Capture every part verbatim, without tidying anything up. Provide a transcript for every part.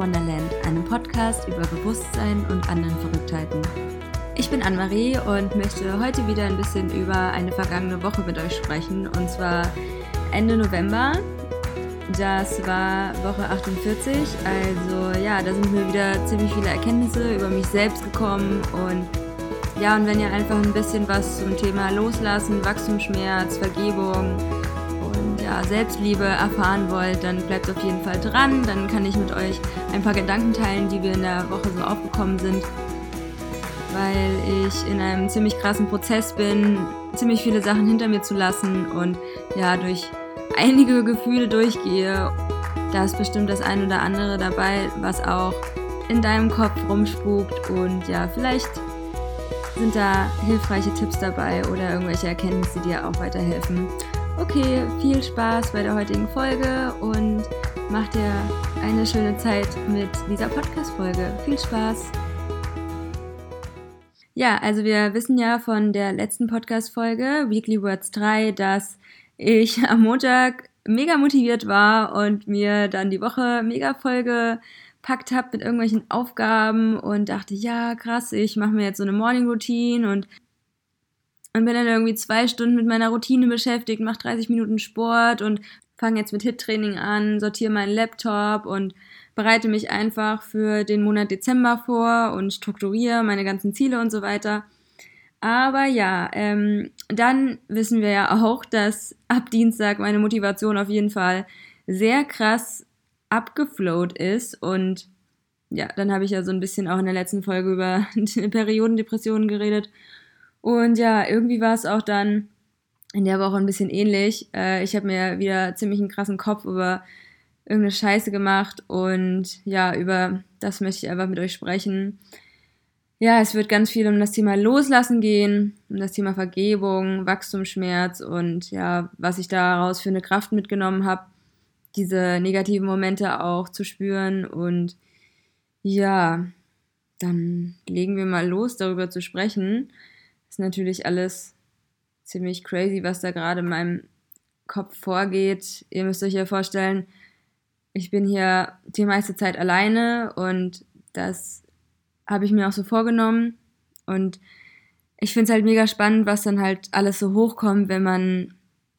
Wonderland, einem Podcast über Bewusstsein und anderen Verrücktheiten. Ich bin Anne-Marie und möchte heute wieder ein bisschen über eine vergangene Woche mit euch sprechen, und zwar Ende November. Das war Woche achtundvierzig, also ja, da sind mir wieder ziemlich viele Erkenntnisse über mich selbst gekommen, und ja, und wenn ihr einfach ein bisschen was zum Thema Loslassen, Wachstumsschmerz, Vergebung und ja, Selbstliebe erfahren wollt, dann bleibt auf jeden Fall dran. Dann kann ich mit euch ein paar Gedanken teilen, die mir in der Woche so aufgekommen sind, weil ich in einem ziemlich krassen Prozess bin, ziemlich viele Sachen hinter mir zu lassen und ja, durch einige Gefühle durchgehe. Da ist bestimmt das ein oder andere dabei, was auch in deinem Kopf rumspukt, und ja, vielleicht sind da hilfreiche Tipps dabei oder irgendwelche Erkenntnisse, die dir auch weiterhelfen. Okay, viel Spaß bei der heutigen Folge und mach dir eine schöne Zeit mit dieser Podcast-Folge. Viel Spaß! Ja, also wir wissen ja von der letzten Podcast-Folge, Weekly Words drei, dass ich am Montag mega motiviert war und mir dann die Woche mega voll gepackt habe mit irgendwelchen Aufgaben und dachte, ja krass, ich mache mir jetzt so eine Morning Routine und, und bin dann irgendwie zwei Stunden mit meiner Routine beschäftigt, mache dreißig Minuten Sport und fange jetzt mit HIIT-Training an, sortiere meinen Laptop und bereite mich einfach für den Monat Dezember vor und strukturiere meine ganzen Ziele und so weiter. Aber ja, ähm, dann wissen wir ja auch, dass ab Dienstag meine Motivation auf jeden Fall sehr krass abgeflowt ist, und ja, dann habe ich ja so ein bisschen auch in der letzten Folge über Periodendepressionen geredet, und ja, irgendwie war es auch dann in der Woche ein bisschen ähnlich. Äh, ich habe mir wieder ziemlich einen krassen Kopf über irgendeine Scheiße gemacht, und ja, über das möchte ich einfach mit euch sprechen. Ja, es wird ganz viel um das Thema Loslassen gehen, um das Thema Vergebung, Wachstumsschmerz und ja, was ich daraus für eine Kraft mitgenommen habe, diese negativen Momente auch zu spüren. Und ja, dann legen wir mal los, darüber zu sprechen. Ist natürlich alles ziemlich crazy, was da gerade in meinem Kopf vorgeht. Ihr müsst euch ja vorstellen, ich bin hier die meiste Zeit alleine, und das habe ich mir auch so vorgenommen, und ich finde es halt mega spannend, was dann halt alles so hochkommt, wenn man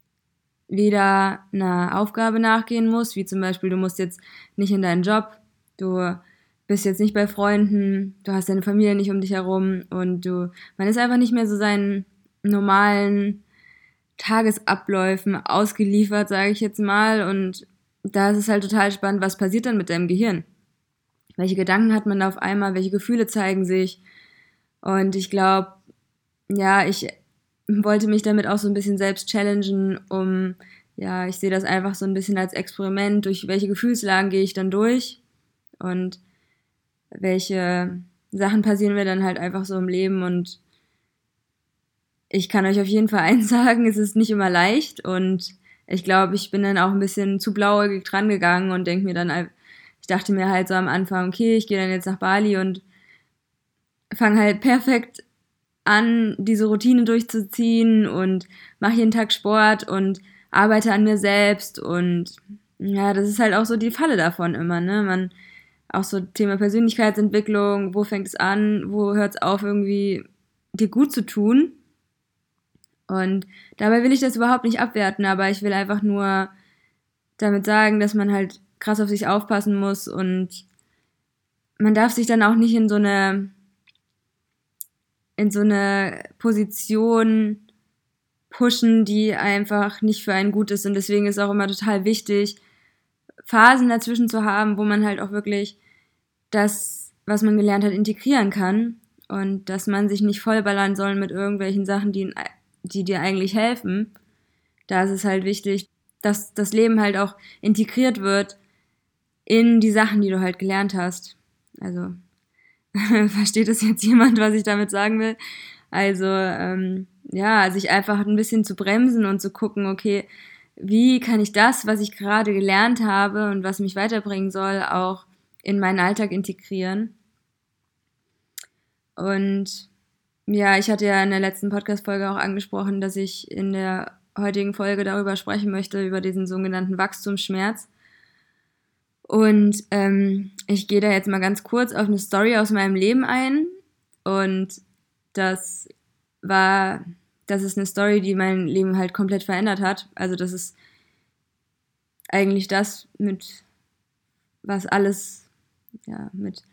wieder einer Aufgabe nachgehen muss, wie zum Beispiel, du musst jetzt nicht in deinen Job, du bist jetzt nicht bei Freunden, du hast deine Familie nicht um dich herum, und du, man ist einfach nicht mehr so seinen normalen Tagesabläufen ausgeliefert, sage ich jetzt mal, und da ist es halt total spannend, was passiert dann mit deinem Gehirn. Welche Gedanken hat man da auf einmal, welche Gefühle zeigen sich, und ich glaube, ja, ich wollte mich damit auch so ein bisschen selbst challengen, um, ja, ich sehe das einfach so ein bisschen als Experiment, durch welche Gefühlslagen gehe ich dann durch und welche Sachen passieren mir dann halt einfach so im Leben. Und ich kann euch auf jeden Fall eins sagen, es ist nicht immer leicht, und ich glaube, ich bin dann auch ein bisschen zu blauäugig dran gegangen und denke mir dann, ich dachte mir halt so am Anfang, okay, ich gehe dann jetzt nach Bali und fange halt perfekt an, diese Routine durchzuziehen und mache jeden Tag Sport und arbeite an mir selbst, und ja, das ist halt auch so die Falle davon immer, ne, man, auch so Thema Persönlichkeitsentwicklung, wo fängt es an, wo hört es auf, irgendwie dir gut zu tun, und dabei will ich das überhaupt nicht abwerten, aber ich will einfach nur damit sagen, dass man halt krass auf sich aufpassen muss, und man darf sich dann auch nicht in so eine in so eine Position pushen, die einfach nicht für einen gut ist, und deswegen ist auch immer total wichtig, Phasen dazwischen zu haben, wo man halt auch wirklich das, was man gelernt hat, integrieren kann, und dass man sich nicht vollballern soll mit irgendwelchen Sachen, die, die dir eigentlich helfen. Da ist es halt wichtig, dass das Leben halt auch integriert wird in die Sachen, die du halt gelernt hast. Also, versteht das jetzt jemand, was ich damit sagen will? Also, ähm, ja, sich einfach ein bisschen zu bremsen und zu gucken, okay, wie kann ich das, was ich gerade gelernt habe und was mich weiterbringen soll, auch in meinen Alltag integrieren. Und ja, ich hatte ja in der letzten Podcast-Folge auch angesprochen, dass ich in der heutigen Folge darüber sprechen möchte, über diesen sogenannten Wachstumsschmerz. Und ähm, ich gehe da jetzt mal ganz kurz auf eine Story aus meinem Leben ein. Und das war, das ist eine Story, die mein Leben halt komplett verändert hat. Also das ist eigentlich das, mit was alles, ja, mit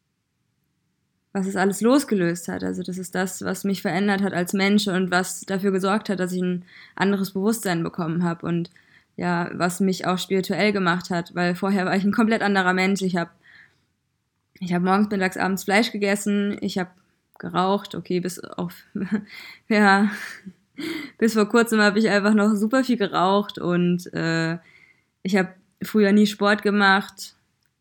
was es alles losgelöst hat. Also das ist das, was mich verändert hat als Mensch und was dafür gesorgt hat, dass ich ein anderes Bewusstsein bekommen habe und ja, was mich auch spirituell gemacht hat, weil vorher war ich ein komplett anderer Mensch. Ich habe ich hab morgens, mittags, abends Fleisch gegessen, ich habe geraucht, okay, bis auf, ja, bis vor kurzem habe ich einfach noch super viel geraucht und äh, ich habe früher nie Sport gemacht.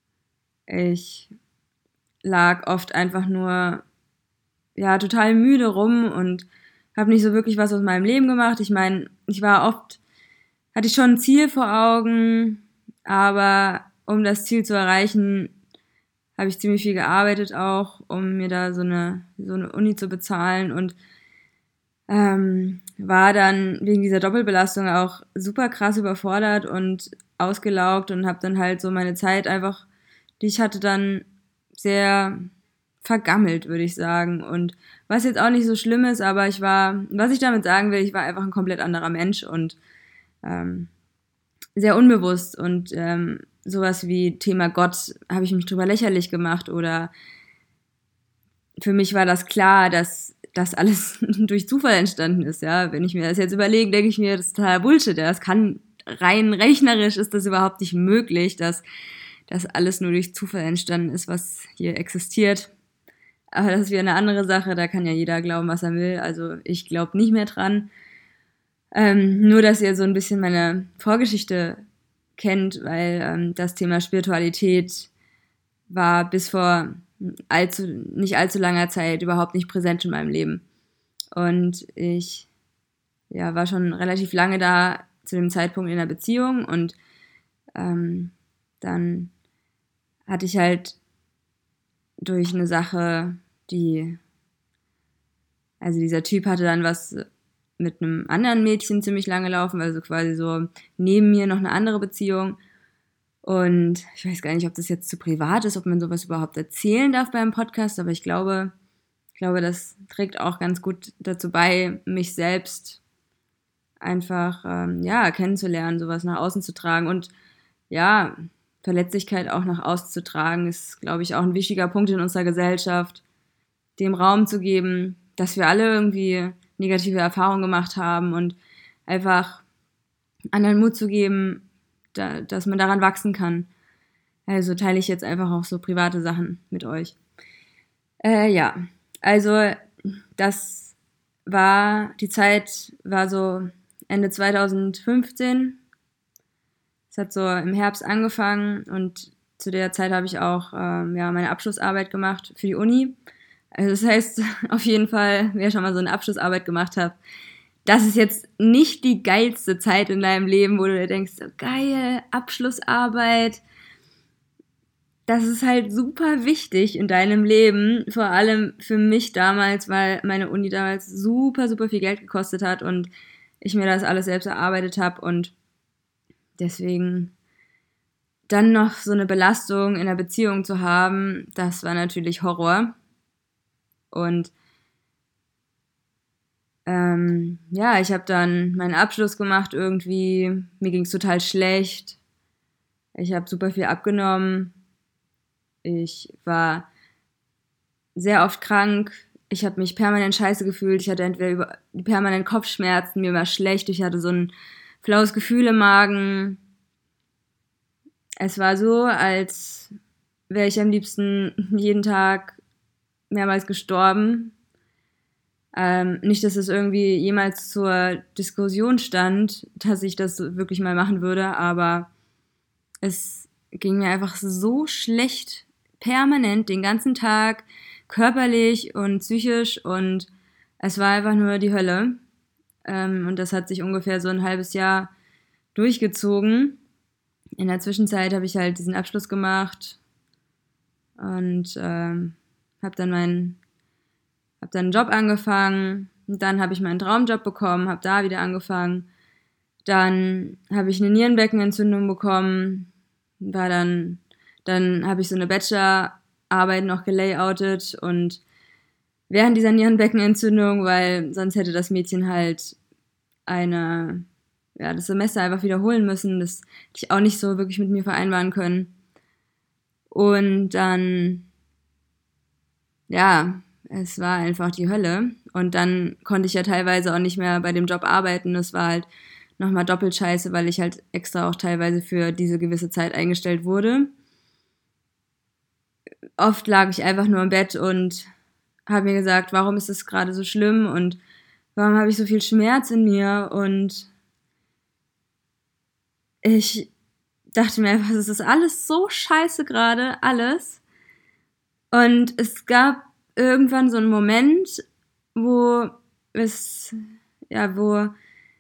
Ich lag oft einfach nur, ja, total müde rum und habe nicht so wirklich was aus meinem Leben gemacht. Ich meine, ich war oft, hatte ich schon ein Ziel vor Augen, aber um das Ziel zu erreichen, habe ich ziemlich viel gearbeitet auch, um mir da so eine, so eine Uni zu bezahlen und ähm, war dann wegen dieser Doppelbelastung auch super krass überfordert und ausgelaugt und habe dann halt so meine Zeit einfach, die ich hatte, dann sehr vergammelt, würde ich sagen. Und was jetzt auch nicht so schlimm ist, aber ich war, was ich damit sagen will, ich war einfach ein komplett anderer Mensch und ähm, sehr unbewusst und ähm, sowas wie Thema Gott habe ich mich drüber lächerlich gemacht oder für mich war das klar, dass das alles durch Zufall entstanden ist, ja. Wenn ich mir das jetzt überlege, denke ich mir, das ist total Bullshit, ja. Das kann, rein rechnerisch ist das überhaupt nicht möglich, dass das alles nur durch Zufall entstanden ist, was hier existiert. Aber das ist wieder eine andere Sache, da kann ja jeder glauben, was er will. Also ich glaube nicht mehr dran. Ähm, nur, dass ihr so ein bisschen meine Vorgeschichte kennt, weil ähm, das Thema Spiritualität war bis vor allzu, nicht allzu langer Zeit überhaupt nicht präsent in meinem Leben. Und ich ja, war schon relativ lange da zu dem Zeitpunkt in der Beziehung und ähm, dann hatte ich halt durch eine Sache, die, also dieser Typ hatte dann was mit einem anderen Mädchen ziemlich lange laufen, also quasi so neben mir noch eine andere Beziehung. Und ich weiß gar nicht, ob das jetzt zu privat ist, ob man sowas überhaupt erzählen darf beim Podcast, aber ich glaube, ich glaube, das trägt auch ganz gut dazu bei, mich selbst einfach, ähm, ja, kennenzulernen, sowas nach außen zu tragen und ja, Verletzlichkeit auch nach außen zu tragen, ist, glaube ich, auch ein wichtiger Punkt in unserer Gesellschaft, dem Raum zu geben, dass wir alle irgendwie negative Erfahrungen gemacht haben und einfach anderen Mut zu geben, da, dass man daran wachsen kann. Also teile ich jetzt einfach auch so private Sachen mit euch. Äh, ja, also das war, die Zeit war so Ende zwanzig fünfzehn. Es hat so im Herbst angefangen und zu der Zeit habe ich auch ähm, ja, meine Abschlussarbeit gemacht für die Uni. Also das heißt, auf jeden Fall, wer schon mal so eine Abschlussarbeit gemacht hat, das ist jetzt nicht die geilste Zeit in deinem Leben, wo du dir denkst, so geil, Abschlussarbeit. Das ist halt super wichtig in deinem Leben, vor allem für mich damals, weil meine Uni damals super, super viel Geld gekostet hat und ich mir das alles selbst erarbeitet habe und deswegen dann noch so eine Belastung in der Beziehung zu haben, das war natürlich Horror. Und ähm, ja, ich habe dann meinen Abschluss gemacht irgendwie, mir ging es total schlecht, ich habe super viel abgenommen, ich war sehr oft krank, ich habe mich permanent scheiße gefühlt, ich hatte entweder über, permanent Kopfschmerzen, mir war schlecht, ich hatte so ein flaues Gefühl im Magen. Es war so, als wäre ich am liebsten jeden Tag mehrmals gestorben. Ähm, nicht, dass es irgendwie jemals zur Diskussion stand, dass ich das wirklich mal machen würde, aber es ging mir einfach so schlecht, permanent, den ganzen Tag, körperlich und psychisch und es war einfach nur die Hölle. Ähm, und das hat sich ungefähr so ein halbes Jahr durchgezogen. In der Zwischenzeit habe ich halt diesen Abschluss gemacht und ähm, habe dann meinen habe dann einen Job angefangen, und dann habe ich meinen Traumjob bekommen, habe da wieder angefangen, dann habe ich eine Nierenbeckenentzündung bekommen, war dann, dann habe ich so eine Bachelorarbeit noch gelayoutet und während dieser Nierenbeckenentzündung, weil sonst hätte das Mädchen halt eine, ja, das Semester einfach wiederholen müssen. Das hätte ich auch nicht so wirklich mit mir vereinbaren können. Und dann, ja, es war einfach die Hölle. Und dann konnte ich ja teilweise auch nicht mehr bei dem Job arbeiten. Das war halt nochmal doppelt scheiße, weil ich halt extra auch teilweise für diese gewisse Zeit eingestellt wurde. Oft lag ich einfach nur im Bett und habe mir gesagt, warum ist es gerade so schlimm und warum habe ich so viel Schmerz in mir? Und ich dachte mir einfach, es ist alles so scheiße gerade, alles. Und es gab irgendwann so einen Moment, wo es, ja, wo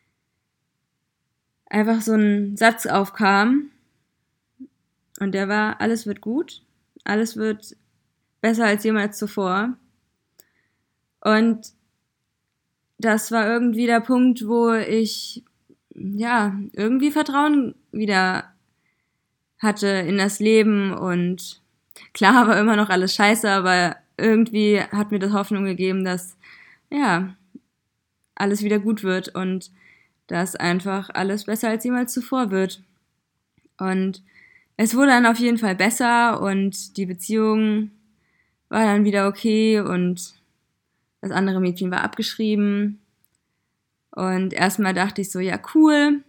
einfach so ein Satz aufkam und der war, alles wird gut, alles wird besser als jemals zuvor. Und das war irgendwie der Punkt, wo ich, ja, irgendwie Vertrauen wieder hatte in das Leben und klar war immer noch alles scheiße, aber irgendwie hat mir das Hoffnung gegeben, dass, ja, alles wieder gut wird und dass einfach alles besser als jemals zuvor wird. Und es wurde dann auf jeden Fall besser und die Beziehung war dann wieder okay und das andere Mädchen war abgeschrieben. Und erstmal dachte ich so, ja cool,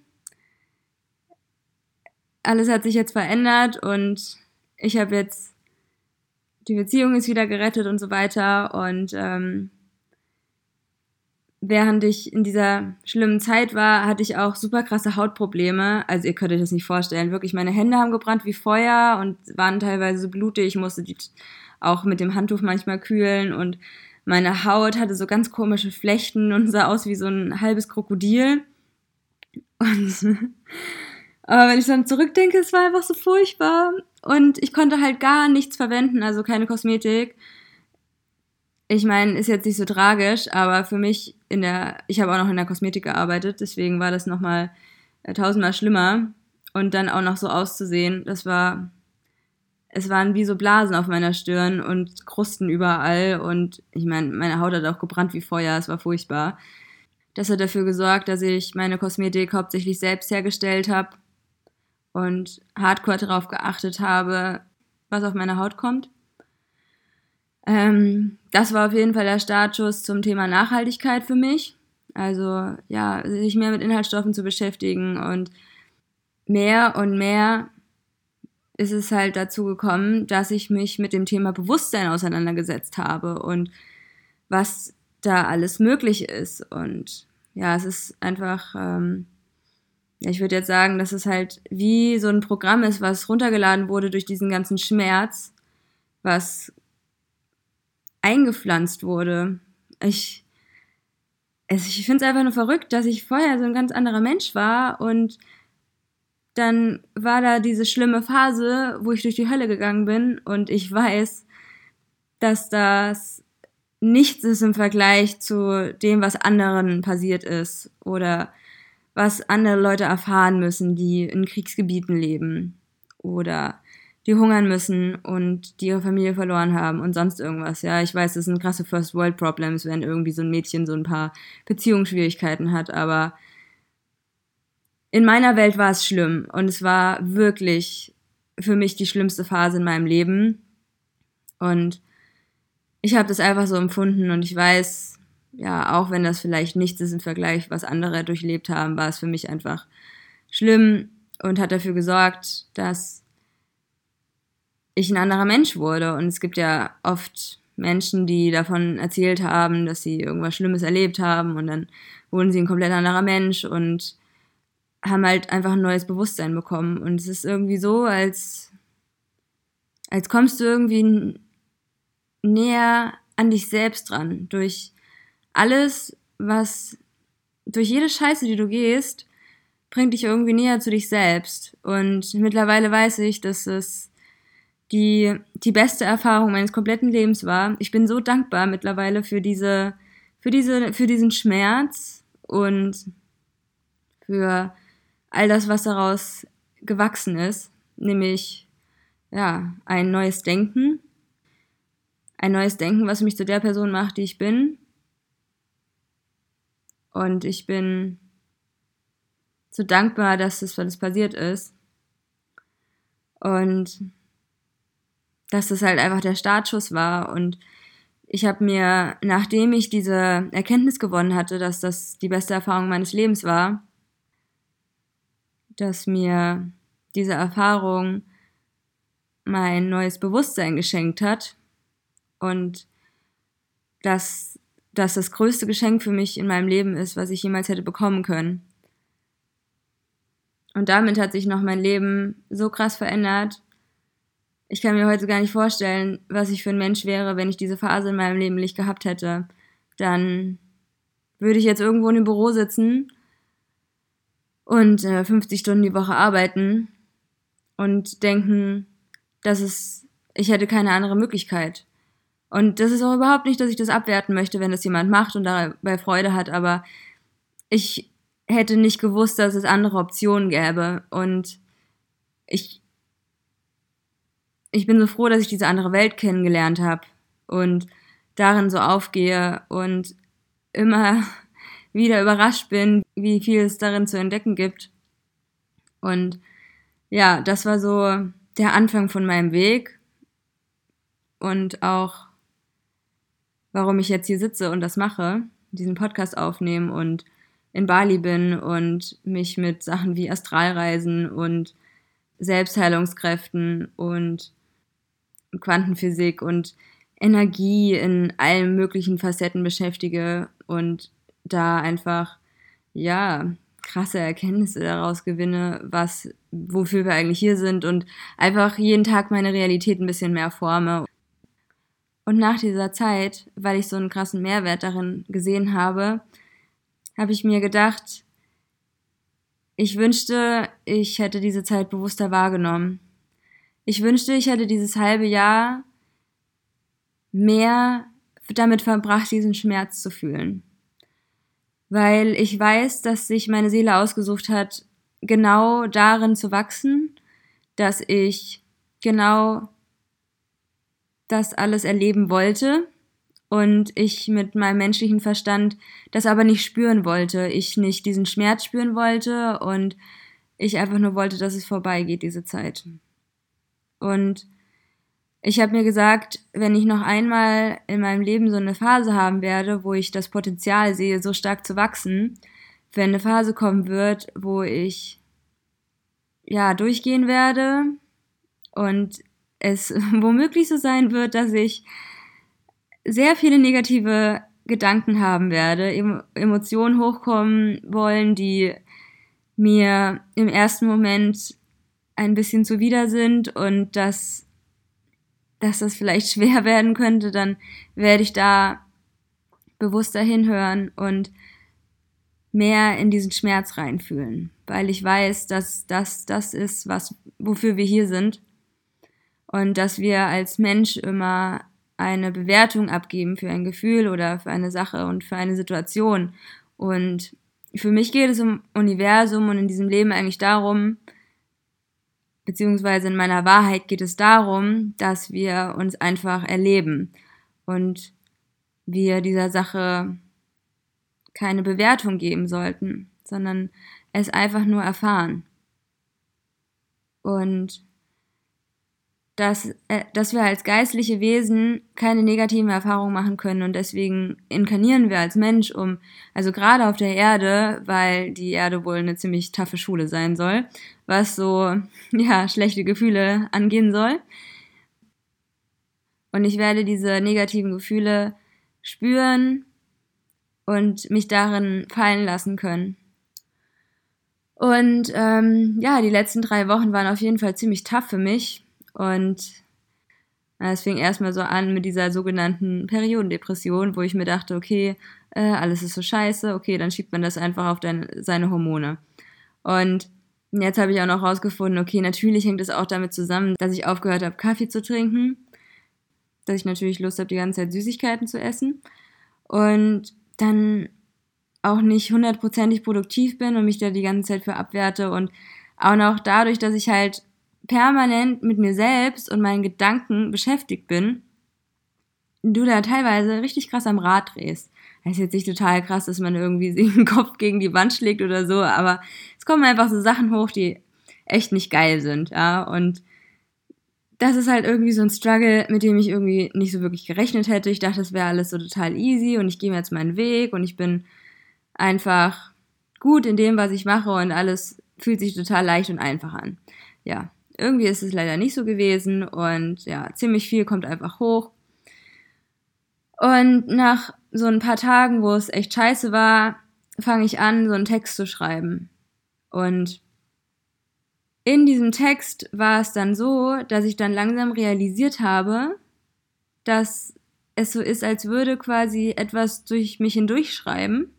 alles hat sich jetzt verändert und ich habe jetzt, die Beziehung ist wieder gerettet und so weiter. Und ähm, während ich in dieser schlimmen Zeit war, hatte ich auch super krasse Hautprobleme. Also ihr könnt euch das nicht vorstellen. Wirklich, meine Hände haben gebrannt wie Feuer und waren teilweise so blutig. Ich musste die auch mit dem Handtuch manchmal kühlen und meine Haut hatte so ganz komische Flechten und sah aus wie so ein halbes Krokodil. Und aber wenn ich dann zurückdenke, es war einfach so furchtbar. Und ich konnte halt gar nichts verwenden, also keine Kosmetik. Ich meine, ist jetzt nicht so tragisch, aber für mich in der, ich habe auch noch in der Kosmetik gearbeitet, deswegen war das nochmal äh, tausendmal schlimmer. Und dann auch noch so auszusehen, das war, es waren wie so Blasen auf meiner Stirn und Krusten überall. Und ich meine, meine Haut hat auch gebrannt wie Feuer, es war furchtbar. Das hat dafür gesorgt, dass ich meine Kosmetik hauptsächlich selbst hergestellt habe und hardcore darauf geachtet habe, was auf meine Haut kommt. Ähm, das war auf jeden Fall der Startschuss zum Thema Nachhaltigkeit für mich. Also ja, sich mehr mit Inhaltsstoffen zu beschäftigen und mehr und mehr ist es halt dazu gekommen, dass ich mich mit dem Thema Bewusstsein auseinandergesetzt habe und was da alles möglich ist. Und ja, es ist einfach, ähm, ja, ich würde jetzt sagen, dass es halt wie so ein Programm ist, was runtergeladen wurde durch diesen ganzen Schmerz, was eingepflanzt wurde. Ich, also ich finde es einfach nur verrückt, dass ich vorher so ein ganz anderer Mensch war und dann war da diese schlimme Phase, wo ich durch die Hölle gegangen bin und ich weiß, dass das nichts ist im Vergleich zu dem, was anderen passiert ist oder was andere Leute erfahren müssen, die in Kriegsgebieten leben oder die hungern müssen und die ihre Familie verloren haben und sonst irgendwas. Ja, ich weiß, das sind krasse First World Problems, wenn irgendwie so ein Mädchen so ein paar Beziehungsschwierigkeiten hat, aber in meiner Welt war es schlimm und es war wirklich für mich die schlimmste Phase in meinem Leben und ich habe das einfach so empfunden und ich weiß, ja, auch wenn das vielleicht nichts ist im Vergleich, was andere durchlebt haben, war es für mich einfach schlimm und hat dafür gesorgt, dass ich ein anderer Mensch wurde. Und es gibt ja oft Menschen, die davon erzählt haben, dass sie irgendwas Schlimmes erlebt haben und dann wurden sie ein komplett anderer Mensch und haben halt einfach ein neues Bewusstsein bekommen. Und es ist irgendwie so, als, als kommst du irgendwie näher an dich selbst dran. Durch alles, was, durch jede Scheiße, die du gehst, bringt dich irgendwie näher zu dich selbst. Und mittlerweile weiß ich, dass es die, die beste Erfahrung meines kompletten Lebens war. Ich bin so dankbar mittlerweile für diese, für diese, für diesen Schmerz und für all das, was daraus gewachsen ist. nämlich ja, ein neues Denken. Ein neues Denken, was mich zu der Person macht, die ich bin. Und ich bin so dankbar, dass das alles passiert ist. Und dass das halt einfach der Startschuss war. Und ich habe mir, nachdem ich diese Erkenntnis gewonnen hatte, dass das die beste Erfahrung meines Lebens war, dass mir diese Erfahrung mein neues Bewusstsein geschenkt hat und dass das das größte Geschenk für mich in meinem Leben ist, was ich jemals hätte bekommen können. Und damit hat sich noch mein Leben so krass verändert. Ich kann mir heute gar nicht vorstellen, was ich für ein Mensch wäre, wenn ich diese Phase in meinem Leben nicht gehabt hätte. Dann würde ich jetzt irgendwo in einem Büro sitzen und äh, fünfzig Stunden die Woche arbeiten und denken, dass es, ich hätte keine andere Möglichkeit. Und das ist auch überhaupt nicht, dass ich das abwerten möchte, wenn das jemand macht und dabei Freude hat, aber ich hätte nicht gewusst, dass es andere Optionen gäbe. Und ich, ich bin so froh, dass ich diese andere Welt kennengelernt habe und darin so aufgehe und immer wieder überrascht bin, wie viel es darin zu entdecken gibt. Und ja, das war so der Anfang von meinem Weg und auch, warum ich jetzt hier sitze und das mache, diesen Podcast aufnehmen und in Bali bin und mich mit Sachen wie Astralreisen und Selbstheilungskräften und Quantenphysik und Energie in allen möglichen Facetten beschäftige und da einfach, ja, krasse Erkenntnisse daraus gewinne, was, wofür wir eigentlich hier sind und einfach jeden Tag meine Realität ein bisschen mehr forme. Und nach dieser Zeit, weil ich so einen krassen Mehrwert darin gesehen habe, habe ich mir gedacht, ich wünschte, ich hätte diese Zeit bewusster wahrgenommen. Ich wünschte, ich hätte dieses halbe Jahr mehr damit verbracht, diesen Schmerz zu fühlen. Weil ich weiß, dass sich meine Seele ausgesucht hat, genau darin zu wachsen, dass ich genau das alles erleben wollte und ich mit meinem menschlichen Verstand das aber nicht spüren wollte. Ich nicht diesen Schmerz spüren wollte und ich einfach nur wollte, dass es vorbeigeht, diese Zeit. Und ich habe mir gesagt, wenn ich noch einmal in meinem Leben so eine Phase haben werde, wo ich das Potenzial sehe, so stark zu wachsen, wenn eine Phase kommen wird, wo ich ja durchgehen werde und es womöglich so sein wird, dass ich sehr viele negative Gedanken haben werde, Emotionen hochkommen wollen, die mir im ersten Moment ein bisschen zuwider sind und dass dass das vielleicht schwer werden könnte, dann werde ich da bewusster hinhören und mehr in diesen Schmerz reinfühlen, weil ich weiß, dass das das ist, was, wofür wir hier sind und dass wir als Mensch immer eine Bewertung abgeben für ein Gefühl oder für eine Sache und für eine Situation. Und für mich geht es um Universum und in diesem Leben eigentlich darum, beziehungsweise in meiner Wahrheit geht es darum, dass wir uns einfach erleben und wir dieser Sache keine Bewertung geben sollten, sondern es einfach nur erfahren. Und dass, äh, dass wir als geistliche Wesen keine negativen Erfahrungen machen können und deswegen inkarnieren wir als Mensch, um, also gerade auf der Erde, weil die Erde wohl eine ziemlich taffe Schule sein soll, was so, ja, schlechte Gefühle angehen soll. Und ich werde diese negativen Gefühle spüren und mich darin fallen lassen können. Und ähm, ja, die letzten drei Wochen waren auf jeden Fall ziemlich tough für mich. Und es fing erstmal so an mit dieser sogenannten Periodendepression, wo ich mir dachte, okay, äh, alles ist so scheiße, okay, dann schiebt man das einfach auf deine, seine Hormone. Und jetzt habe ich auch noch rausgefunden, okay, natürlich hängt es auch damit zusammen, dass ich aufgehört habe, Kaffee zu trinken, dass ich natürlich Lust habe, die ganze Zeit Süßigkeiten zu essen und dann auch nicht hundertprozentig produktiv bin und mich da die ganze Zeit für abwerte und auch noch dadurch, dass ich halt permanent mit mir selbst und meinen Gedanken beschäftigt bin, du da teilweise richtig krass am Rad drehst. Das ist jetzt nicht total krass, dass man irgendwie den Kopf gegen die Wand schlägt oder so, aber es kommen einfach so Sachen hoch, die echt nicht geil sind, ja, und das ist halt irgendwie so ein Struggle, mit dem ich irgendwie nicht so wirklich gerechnet hätte. Ich dachte, das wäre alles so total easy und ich gehe mir jetzt meinen Weg und ich bin einfach gut in dem, was ich mache und alles fühlt sich total leicht und einfach an. Ja, irgendwie ist es leider nicht so gewesen und ja, ziemlich viel kommt einfach hoch. Und nach so ein paar Tagen, wo es echt scheiße war, fange ich an, so einen Text zu schreiben. Und in diesem Text war es dann so, dass ich dann langsam realisiert habe, dass es so ist, als würde quasi etwas durch mich hindurchschreiben.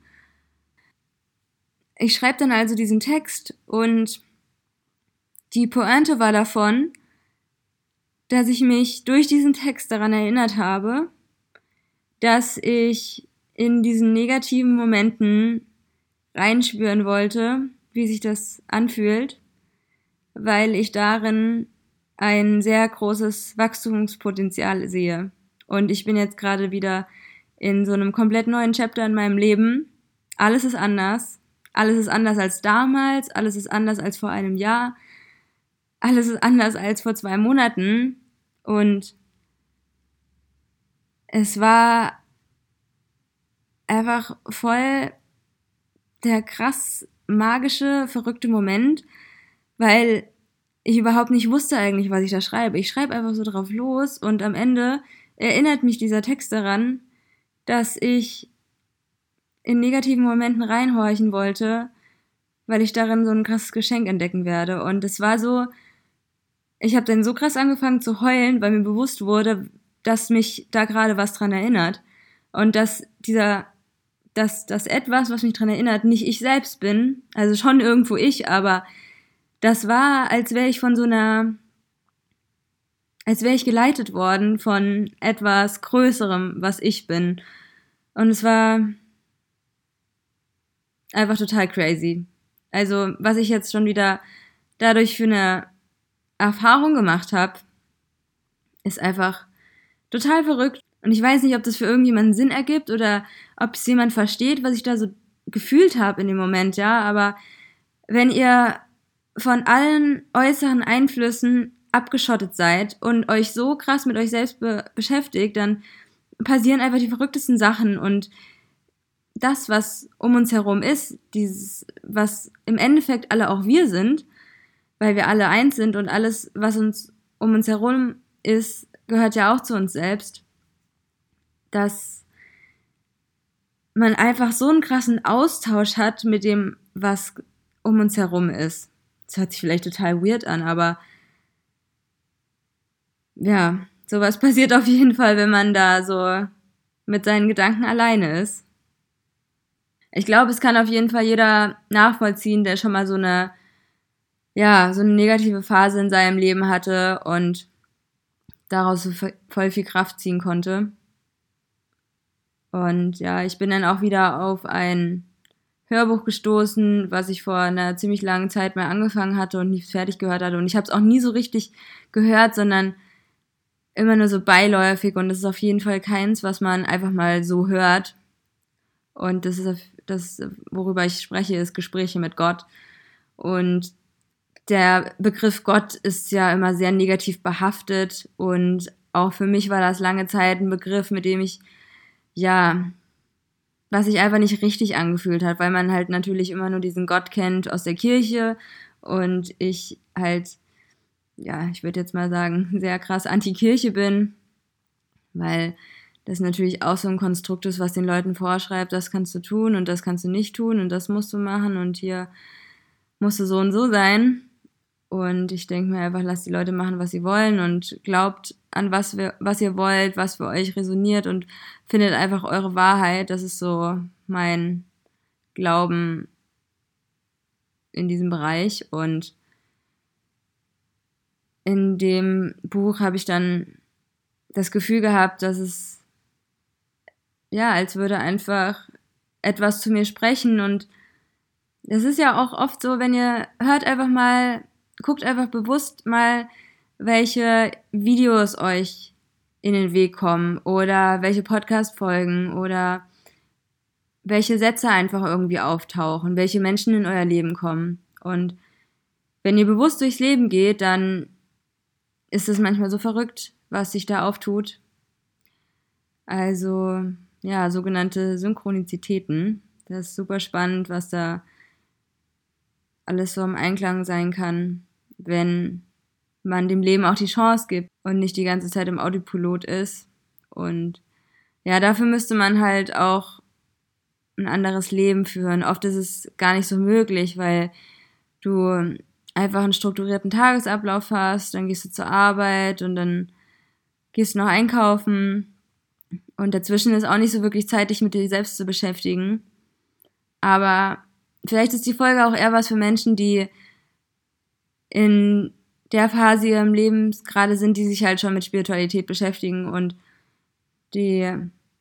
Ich schreibe dann also diesen Text und die Pointe war davon, dass ich mich durch diesen Text daran erinnert habe, dass ich in diesen negativen Momenten reinspüren wollte, wie sich das anfühlt, weil ich darin ein sehr großes Wachstumspotenzial sehe. Und ich bin jetzt gerade wieder in so einem komplett neuen Chapter in meinem Leben. Alles ist anders. Alles ist anders als damals. Alles ist anders als vor einem Jahr. Alles ist anders als vor zwei Monaten. Und es war einfach voll der krass magische, verrückte Moment, weil ich überhaupt nicht wusste eigentlich, was ich da schreibe. Ich schreibe einfach so drauf los und am Ende erinnert mich dieser Text daran, dass ich in negativen Momenten reinhorchen wollte, weil ich darin so ein krasses Geschenk entdecken werde. Und es war so, ich habe dann so krass angefangen zu heulen, weil mir bewusst wurde, dass mich da gerade was dran erinnert. Und dass dieser, dass das etwas, was mich dran erinnert, nicht ich selbst bin, also schon irgendwo ich, aber das war, als wäre ich von so einer, als wäre ich geleitet worden von etwas Größerem, was ich bin. Und es war einfach total crazy. Also, was ich jetzt schon wieder dadurch für eine Erfahrung gemacht habe, ist einfach total verrückt. Und ich weiß nicht, ob das für irgendjemanden Sinn ergibt oder ob es jemand versteht, was ich da so gefühlt habe in dem Moment, ja. Aber wenn ihr von allen äußeren Einflüssen abgeschottet seid und euch so krass mit euch selbst be- beschäftigt, dann passieren einfach die verrücktesten Sachen und das, was um uns herum ist, dieses, was im Endeffekt alle auch wir sind, weil wir alle eins sind und alles, was uns um uns herum ist, gehört ja auch zu uns selbst, dass man einfach so einen krassen Austausch hat mit dem, was um uns herum ist. Das hört sich vielleicht total weird an, aber ja, sowas passiert auf jeden Fall, wenn man da so mit seinen Gedanken alleine ist. Ich glaube, es kann auf jeden Fall jeder nachvollziehen, der schon mal so eine, ja, so eine negative Phase in seinem Leben hatte und daraus so voll viel Kraft ziehen konnte. Und ja, ich bin dann auch wieder auf ein Hörbuch gestoßen, was ich vor einer ziemlich langen Zeit mal angefangen hatte und nicht fertig gehört hatte. Und ich habe es auch nie so richtig gehört, sondern immer nur so beiläufig. Und das ist auf jeden Fall keins, was man einfach mal so hört. Und das ist das, worüber ich spreche, ist Gespräche mit Gott. Und der Begriff Gott ist ja immer sehr negativ behaftet. Und auch für mich war das lange Zeit ein Begriff, mit dem ich, ja, was sich einfach nicht richtig angefühlt hat, weil man halt natürlich immer nur diesen Gott kennt aus der Kirche und ich halt, ja, ich würde jetzt mal sagen, sehr krass Anti-Kirche bin, weil das natürlich auch so ein Konstrukt ist, was den Leuten vorschreibt, das kannst du tun und das kannst du nicht tun und das musst du machen und hier musst du so und so sein. Und ich denke mir einfach, lasst die Leute machen, was sie wollen und glaubt an was, wir, was ihr wollt, was für euch resoniert und findet einfach eure Wahrheit. Das ist so mein Glauben in diesem Bereich. Und in dem Buch habe ich dann das Gefühl gehabt, dass es, ja, als würde einfach etwas zu mir sprechen. Und es ist ja auch oft so, wenn ihr hört einfach mal guckt einfach bewusst mal, welche Videos euch in den Weg kommen oder welche Podcast-Folgen oder welche Sätze einfach irgendwie auftauchen, welche Menschen in euer Leben kommen. Und wenn ihr bewusst durchs Leben geht, dann ist es manchmal so verrückt, was sich da auftut. Also, ja, sogenannte Synchronizitäten. Das ist super spannend, was da alles so im Einklang sein kann, wenn man dem Leben auch die Chance gibt und nicht die ganze Zeit im Autopilot ist. Und ja, dafür müsste man halt auch ein anderes Leben führen. Oft ist es gar nicht so möglich, weil du einfach einen strukturierten Tagesablauf hast, dann gehst du zur Arbeit und dann gehst du noch einkaufen und dazwischen ist auch nicht so wirklich Zeit, dich mit dir selbst zu beschäftigen. Aber vielleicht ist die Folge auch eher was für Menschen, die in der Phase ihrem Leben gerade sind, die sich halt schon mit Spiritualität beschäftigen und die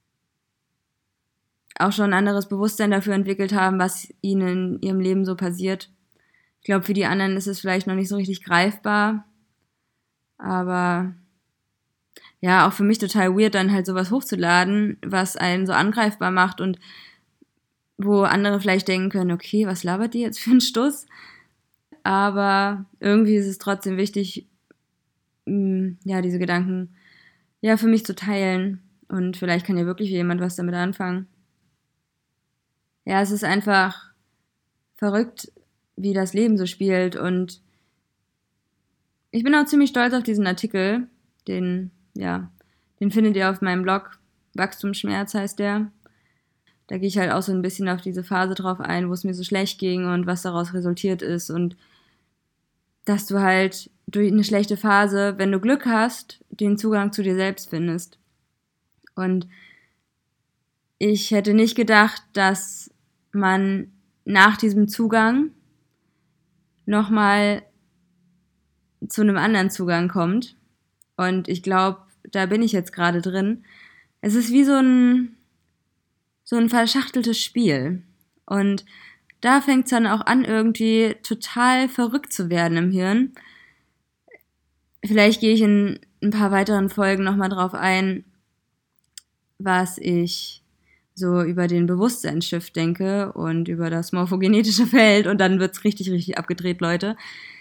auch schon ein anderes Bewusstsein dafür entwickelt haben, was ihnen in ihrem Leben so passiert. Ich glaube, für die anderen ist es vielleicht noch nicht so richtig greifbar, aber ja, auch für mich total weird, dann halt sowas hochzuladen, was einen so angreifbar macht und wo andere vielleicht denken können, okay, was labert die jetzt für einen Stuss? Aber irgendwie ist es trotzdem wichtig, ja, diese Gedanken ja für mich zu teilen und vielleicht kann ja wirklich jemand was damit anfangen. Ja, es ist einfach verrückt, wie das Leben so spielt und ich bin auch ziemlich stolz auf diesen Artikel, den, ja, den findet ihr auf meinem Blog, Wachstumsschmerz heißt der. Da gehe ich halt auch so ein bisschen auf diese Phase drauf ein, wo es mir so schlecht ging und was daraus resultiert ist und dass du halt durch eine schlechte Phase, wenn du Glück hast, den Zugang zu dir selbst findest. Und ich hätte nicht gedacht, dass man nach diesem Zugang nochmal zu einem anderen Zugang kommt. Und ich glaube, da bin ich jetzt gerade drin. Es ist wie so ein, so ein verschachteltes Spiel. Und da fängt es dann auch an, irgendwie total verrückt zu werden im Hirn. Vielleicht gehe ich in ein paar weiteren Folgen nochmal drauf ein, was ich so über den Bewusstseinsshift denke und über das morphogenetische Feld und dann wird's richtig, richtig abgedreht, Leute.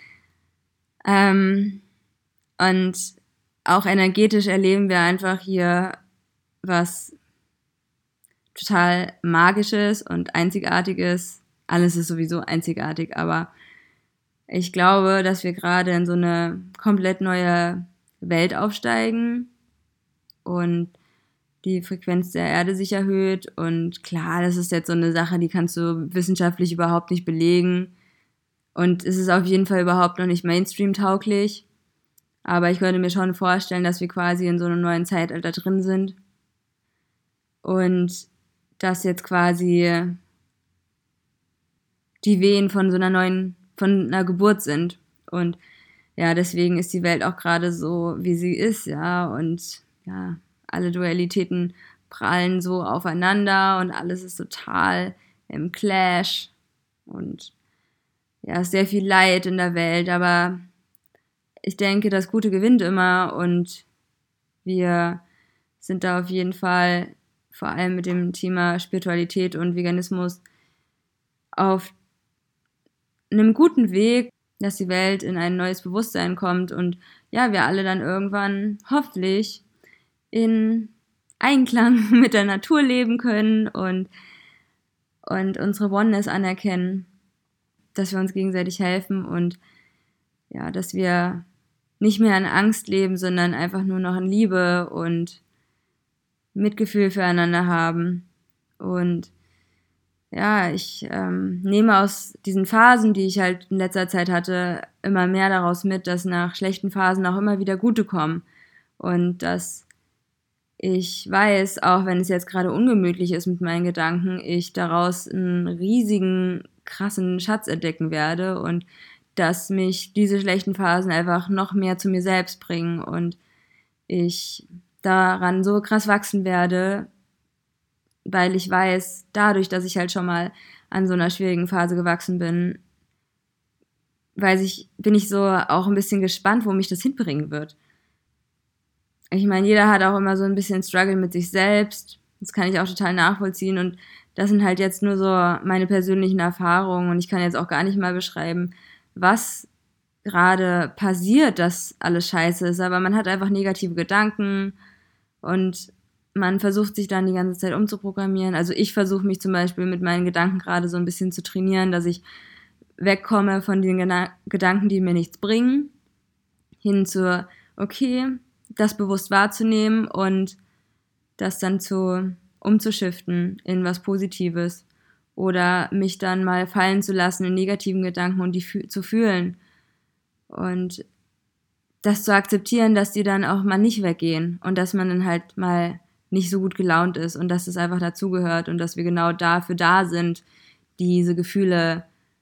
Ähm, und auch energetisch erleben wir einfach hier was total Magisches und Einzigartiges. Alles ist sowieso einzigartig, aber ich glaube, dass wir gerade in so eine komplett neue Welt aufsteigen und die Frequenz der Erde sich erhöht und klar, das ist jetzt so eine Sache, die kannst du wissenschaftlich überhaupt nicht belegen und es ist auf jeden Fall überhaupt noch nicht Mainstream-tauglich, aber ich könnte mir schon vorstellen, dass wir quasi in so einem neuen Zeitalter drin sind und dass jetzt quasi die Wehen von so einer neuen, von einer Geburt sind und ja, deswegen ist die Welt auch gerade so, wie sie ist, ja, und ja, alle Dualitäten prallen so aufeinander und alles ist total im Clash und ja, sehr viel Leid in der Welt, aber ich denke, das Gute gewinnt immer und wir sind da auf jeden Fall vor allem mit dem Thema Spiritualität und Veganismus auf einem guten Weg, dass die Welt in ein neues Bewusstsein kommt und ja, wir alle dann irgendwann hoffentlich in Einklang mit der Natur leben können und, und unsere Oneness anerkennen, dass wir uns gegenseitig helfen und ja, dass wir nicht mehr in Angst leben, sondern einfach nur noch in Liebe und Mitgefühl füreinander haben. Und ja, ich ähm, nehme aus diesen Phasen, die ich halt in letzter Zeit hatte, immer mehr daraus mit, dass nach schlechten Phasen auch immer wieder gute kommen. Und dass ich weiß, auch wenn es jetzt gerade ungemütlich ist mit meinen Gedanken, ich daraus einen riesigen, krassen Schatz entdecken werde und dass mich diese schlechten Phasen einfach noch mehr zu mir selbst bringen und ich daran so krass wachsen werde, weil ich weiß, dadurch, dass ich halt schon mal an so einer schwierigen Phase gewachsen bin, weiß ich, bin ich so auch ein bisschen gespannt, wo mich das hinbringen wird. Ich meine, jeder hat auch immer so ein bisschen Struggle mit sich selbst. Das kann ich auch total nachvollziehen. Und das sind halt jetzt nur so meine persönlichen Erfahrungen. Und ich kann jetzt auch gar nicht mal beschreiben, was gerade passiert, dass alles scheiße ist. Aber man hat einfach negative Gedanken und man versucht sich dann die ganze Zeit umzuprogrammieren. Also ich versuche mich zum Beispiel mit meinen Gedanken gerade so ein bisschen zu trainieren, dass ich wegkomme von den Gena- Gedanken, die mir nichts bringen, hin zu, okay, das bewusst wahrzunehmen und das dann zu umzuschiften in was Positives oder mich dann mal fallen zu lassen in negativen Gedanken und die fü- zu fühlen und das zu akzeptieren, dass die dann auch mal nicht weggehen und dass man dann halt mal nicht so gut gelaunt ist und dass es einfach dazugehört und dass wir genau dafür da sind, diese Gefühle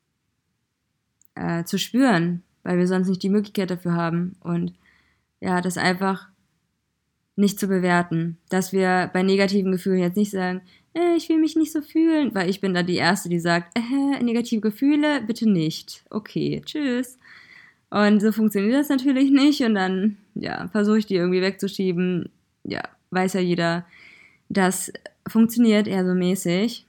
äh, zu spüren, weil wir sonst nicht die Möglichkeit dafür haben und ja, das einfach nicht zu bewerten, dass wir bei negativen Gefühlen jetzt nicht sagen, äh, ich will mich nicht so fühlen, weil ich bin da die Erste, die sagt, äh, negative Gefühle, bitte nicht. Okay, tschüss. Und so funktioniert das natürlich nicht und dann, ja, versuche ich die irgendwie wegzuschieben. Ja, weiß ja jeder, das funktioniert eher so mäßig.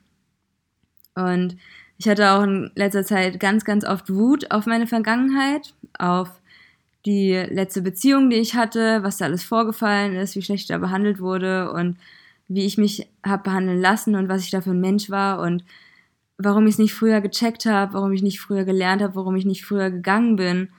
Und ich hatte auch in letzter Zeit ganz, ganz oft Wut auf meine Vergangenheit, auf die letzte Beziehung, die ich hatte, was da alles vorgefallen ist, wie schlecht ich da behandelt wurde und wie ich mich habe behandeln lassen und was ich da für ein Mensch war und warum ich es nicht früher gecheckt habe, warum ich nicht früher gelernt habe, warum ich nicht früher gegangen bin.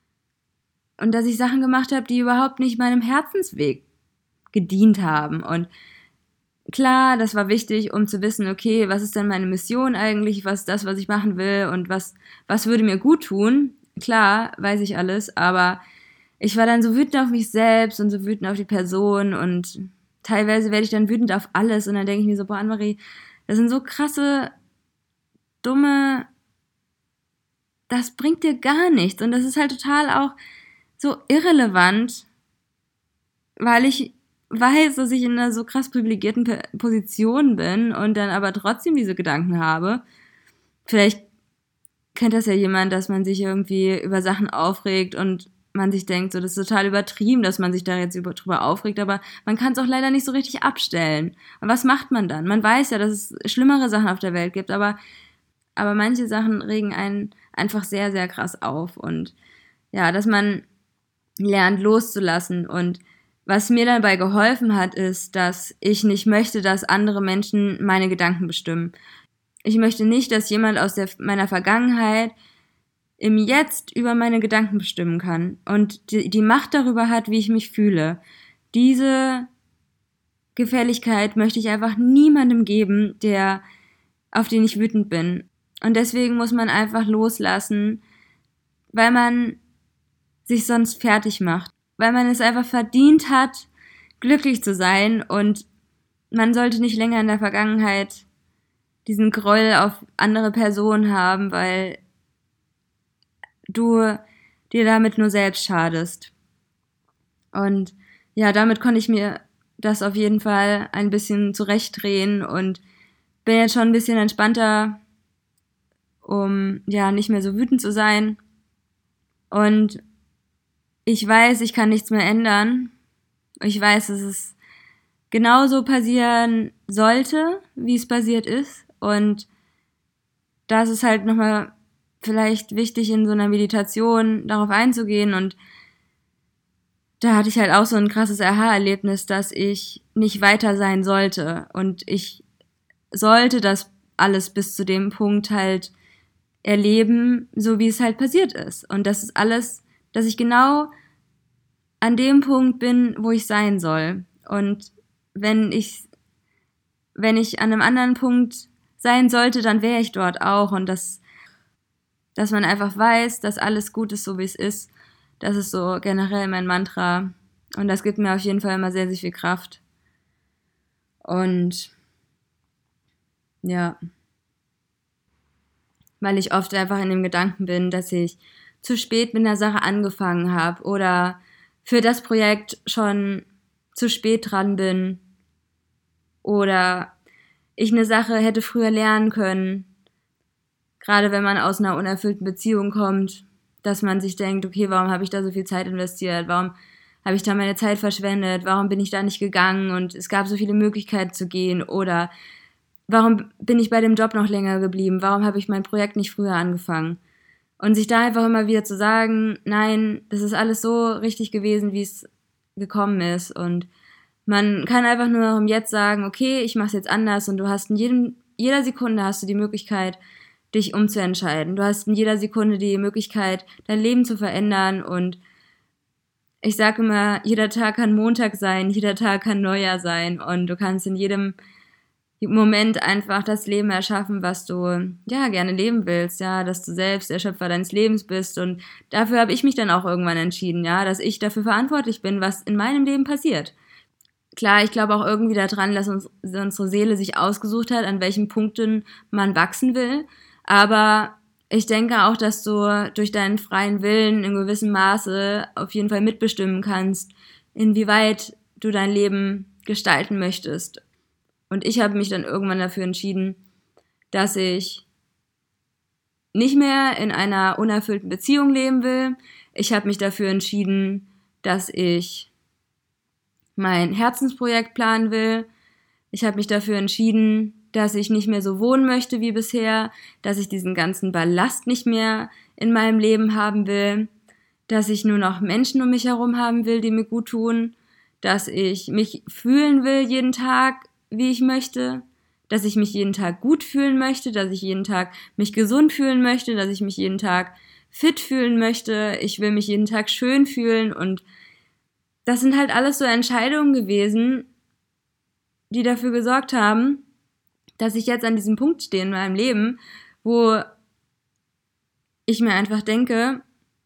Und dass ich Sachen gemacht habe, die überhaupt nicht meinem Herzensweg gedient haben. Und klar, das war wichtig, um zu wissen, okay, was ist denn meine Mission eigentlich, was ist das, was ich machen will und was, was würde mir gut tun. Klar, weiß ich alles, aber ich war dann so wütend auf mich selbst und so wütend auf die Person und teilweise werde ich dann wütend auf alles und dann denke ich mir so, boah, Annemarie, das sind so krasse, dumme, das bringt dir gar nichts und das ist halt total auch so irrelevant, weil ich weiß, dass ich in einer so krass privilegierten Position bin und dann aber trotzdem diese Gedanken habe. Vielleicht kennt das ja jemand, dass man sich irgendwie über Sachen aufregt und man sich denkt, so, das ist total übertrieben, dass man sich da jetzt über, drüber aufregt, aber man kann es auch leider nicht so richtig abstellen. Und was macht man dann? Man weiß ja, dass es schlimmere Sachen auf der Welt gibt, aber, aber manche Sachen regen einen einfach sehr, sehr krass auf. Und ja, dass man lernt loszulassen. Und was mir dabei geholfen hat, ist, dass ich nicht möchte, dass andere Menschen meine Gedanken bestimmen. Ich möchte nicht, dass jemand aus der, meiner Vergangenheit im Jetzt über meine Gedanken bestimmen kann und die, die Macht darüber hat, wie ich mich fühle. Diese Gefälligkeit möchte ich einfach niemandem geben, der, auf den ich wütend bin. Und deswegen muss man einfach loslassen, weil man sich sonst fertig macht. Weil man es einfach verdient hat, glücklich zu sein und man sollte nicht länger in der Vergangenheit diesen Groll auf andere Personen haben, weil du dir damit nur selbst schadest. Und ja, damit konnte ich mir das auf jeden Fall ein bisschen zurechtdrehen und bin jetzt schon ein bisschen entspannter, um ja nicht mehr so wütend zu sein. Und ich weiß, ich kann nichts mehr ändern. Ich weiß, dass es genauso passieren sollte, wie es passiert ist. Und da ist es halt nochmal vielleicht wichtig, in so einer Meditation darauf einzugehen. Und da hatte ich halt auch so ein krasses Aha-Erlebnis, dass ich nicht weiter sein sollte. Und ich sollte das alles bis zu dem Punkt halt erleben, so wie es halt passiert ist. Und das ist alles, dass ich genau an dem Punkt bin, wo ich sein soll. Und wenn ich, wenn ich an einem anderen Punkt sein sollte, dann wäre ich dort auch. Und das, dass man einfach weiß, dass alles gut ist, so wie es ist, das ist so generell mein Mantra. Und das gibt mir auf jeden Fall immer sehr, sehr viel Kraft. Und ja, weil ich oft einfach in dem Gedanken bin, dass ich zu spät mit einer Sache angefangen habe oder für das Projekt schon zu spät dran bin oder ich eine Sache hätte früher lernen können, gerade wenn man aus einer unerfüllten Beziehung kommt, dass man sich denkt, okay, warum habe ich da so viel Zeit investiert, warum habe ich da meine Zeit verschwendet, warum bin ich da nicht gegangen und es gab so viele Möglichkeiten zu gehen oder warum bin ich bei dem Job noch länger geblieben, warum habe ich mein Projekt nicht früher angefangen und sich da einfach immer wieder zu sagen, nein, das ist alles so richtig gewesen, wie es gekommen ist und man kann einfach nur noch im Jetzt sagen, okay, ich mache es jetzt anders und du hast in jedem, jeder Sekunde hast du die Möglichkeit, dich umzuentscheiden. Du hast in jeder Sekunde die Möglichkeit, dein Leben zu verändern und ich sage immer, jeder Tag kann Montag sein, jeder Tag kann Neujahr sein und du kannst in jedem Moment einfach das Leben erschaffen, was du ja gerne leben willst, ja, dass du selbst der Schöpfer deines Lebens bist und dafür habe ich mich dann auch irgendwann entschieden, ja, dass ich dafür verantwortlich bin, was in meinem Leben passiert. Klar, ich glaube auch irgendwie daran, dass uns, unsere Seele sich ausgesucht hat, an welchen Punkten man wachsen will, aber ich denke auch, dass du durch deinen freien Willen in gewissem Maße auf jeden Fall mitbestimmen kannst, inwieweit du dein Leben gestalten möchtest. Und ich habe mich dann irgendwann dafür entschieden, dass ich nicht mehr in einer unerfüllten Beziehung leben will. Ich habe mich dafür entschieden, dass ich mein Herzensprojekt planen will. Ich habe mich dafür entschieden, dass ich nicht mehr so wohnen möchte wie bisher, dass ich diesen ganzen Ballast nicht mehr in meinem Leben haben will, dass ich nur noch Menschen um mich herum haben will, die mir gut tun, dass ich mich fühlen will jeden Tag, wie ich möchte, dass ich mich jeden Tag gut fühlen möchte, dass ich jeden Tag mich gesund fühlen möchte, dass ich mich jeden Tag fit fühlen möchte, ich will mich jeden Tag schön fühlen und das sind halt alles so Entscheidungen gewesen, die dafür gesorgt haben, dass ich jetzt an diesem Punkt stehe in meinem Leben, wo ich mir einfach denke,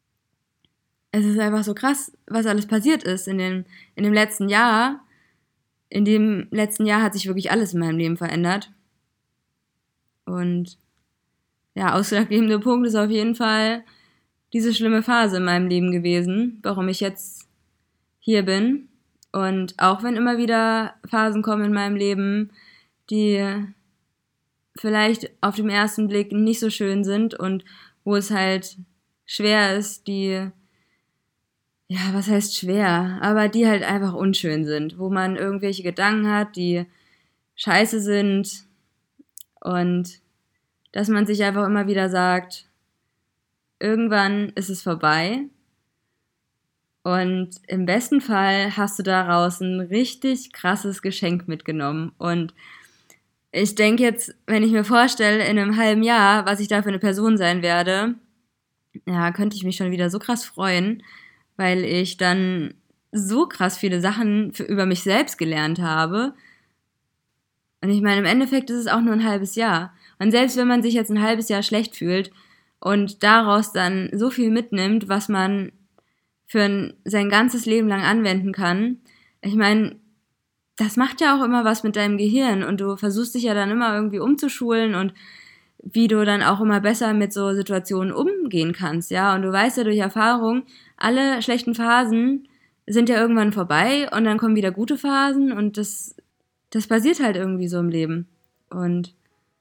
es ist einfach so krass, was alles passiert ist in dem, in dem letzten Jahr. In dem letzten Jahr hat sich wirklich alles in meinem Leben verändert. Und ja, ausschlaggebende Punkt ist auf jeden Fall diese schlimme Phase in meinem Leben gewesen, warum ich jetzt hier bin. Und auch wenn immer wieder Phasen kommen in meinem Leben, die vielleicht auf den ersten Blick nicht so schön sind und wo es halt schwer ist, die, ja, was heißt schwer, aber die halt einfach unschön sind, wo man irgendwelche Gedanken hat, die scheiße sind und dass man sich einfach immer wieder sagt, irgendwann ist es vorbei und im besten Fall hast du daraus ein richtig krasses Geschenk mitgenommen und ich denke jetzt, wenn ich mir vorstelle, in einem halben Jahr, was ich da für eine Person sein werde, ja, könnte ich mich schon wieder so krass freuen, weil ich dann so krass viele Sachen für, über mich selbst gelernt habe. Und ich meine, im Endeffekt ist es auch nur ein halbes Jahr. Und selbst wenn man sich jetzt ein halbes Jahr schlecht fühlt und daraus dann so viel mitnimmt, was man für ein, sein ganzes Leben lang anwenden kann, ich meine, das macht ja auch immer was mit deinem Gehirn und du versuchst dich ja dann immer irgendwie umzuschulen und wie du dann auch immer besser mit so Situationen umgehen kannst, ja, und du weißt ja durch Erfahrung, alle schlechten Phasen sind ja irgendwann vorbei und dann kommen wieder gute Phasen und das, das passiert halt irgendwie so im Leben und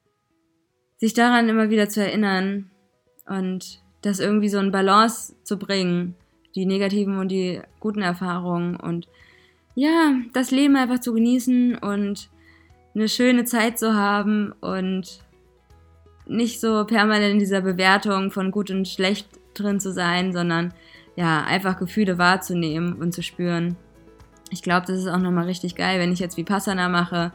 sich daran immer wieder zu erinnern und das irgendwie so in Balance zu bringen, die negativen und die guten Erfahrungen und ja, das Leben einfach zu genießen und eine schöne Zeit zu haben und nicht so permanent in dieser Bewertung von gut und schlecht drin zu sein, sondern ja, einfach Gefühle wahrzunehmen und zu spüren. Ich glaube, das ist auch nochmal richtig geil, wenn ich jetzt Vipassana mache,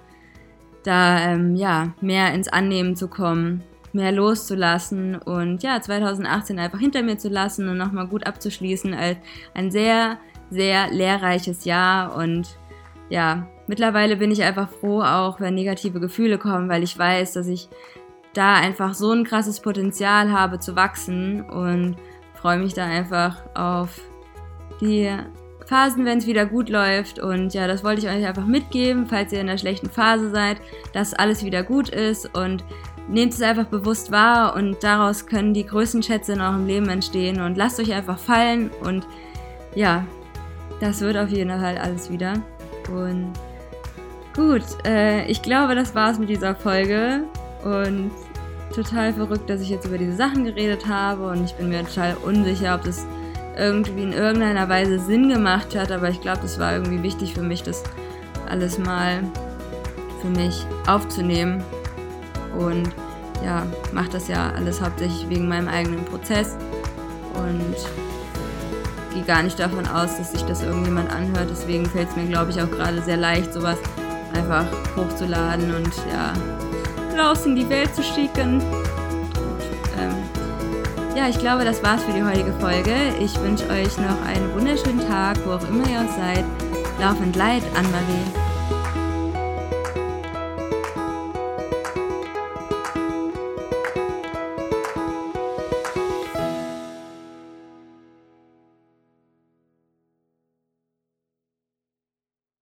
da ähm, ja, mehr ins Annehmen zu kommen, mehr loszulassen und ja, zwanzig achtzehn einfach hinter mir zu lassen und nochmal gut abzuschließen als ein sehr sehr lehrreiches Jahr und ja, mittlerweile bin ich einfach froh, auch wenn negative Gefühle kommen, weil ich weiß, dass ich da einfach so ein krasses Potenzial habe zu wachsen und freue mich da einfach auf die Phasen, wenn es wieder gut läuft und ja, das wollte ich euch einfach mitgeben, falls ihr in einer schlechten Phase seid, dass alles wieder gut ist und nehmt es einfach bewusst wahr und daraus können die größten Schätze in eurem Leben entstehen und lasst euch einfach fallen und ja, das wird auf jeden Fall alles wieder. Und gut, äh, ich glaube, das war's mit dieser Folge. Und total verrückt, dass ich jetzt über diese Sachen geredet habe und ich bin mir total unsicher, ob das irgendwie in irgendeiner Weise Sinn gemacht hat, aber ich glaube, das war irgendwie wichtig für mich, das alles mal für mich aufzunehmen und ja, mache das ja alles hauptsächlich wegen meinem eigenen Prozess und gehe gar nicht davon aus, dass sich das irgendjemand anhört, deswegen fällt es mir, glaube ich, auch gerade sehr leicht, sowas einfach hochzuladen und ja, raus in die Welt zu schicken. Ähm, ja, ich glaube, das war's für die heutige Folge. Ich wünsche euch noch einen wunderschönen Tag, wo auch immer ihr auch seid. Laufend Leid, Anne-Marie.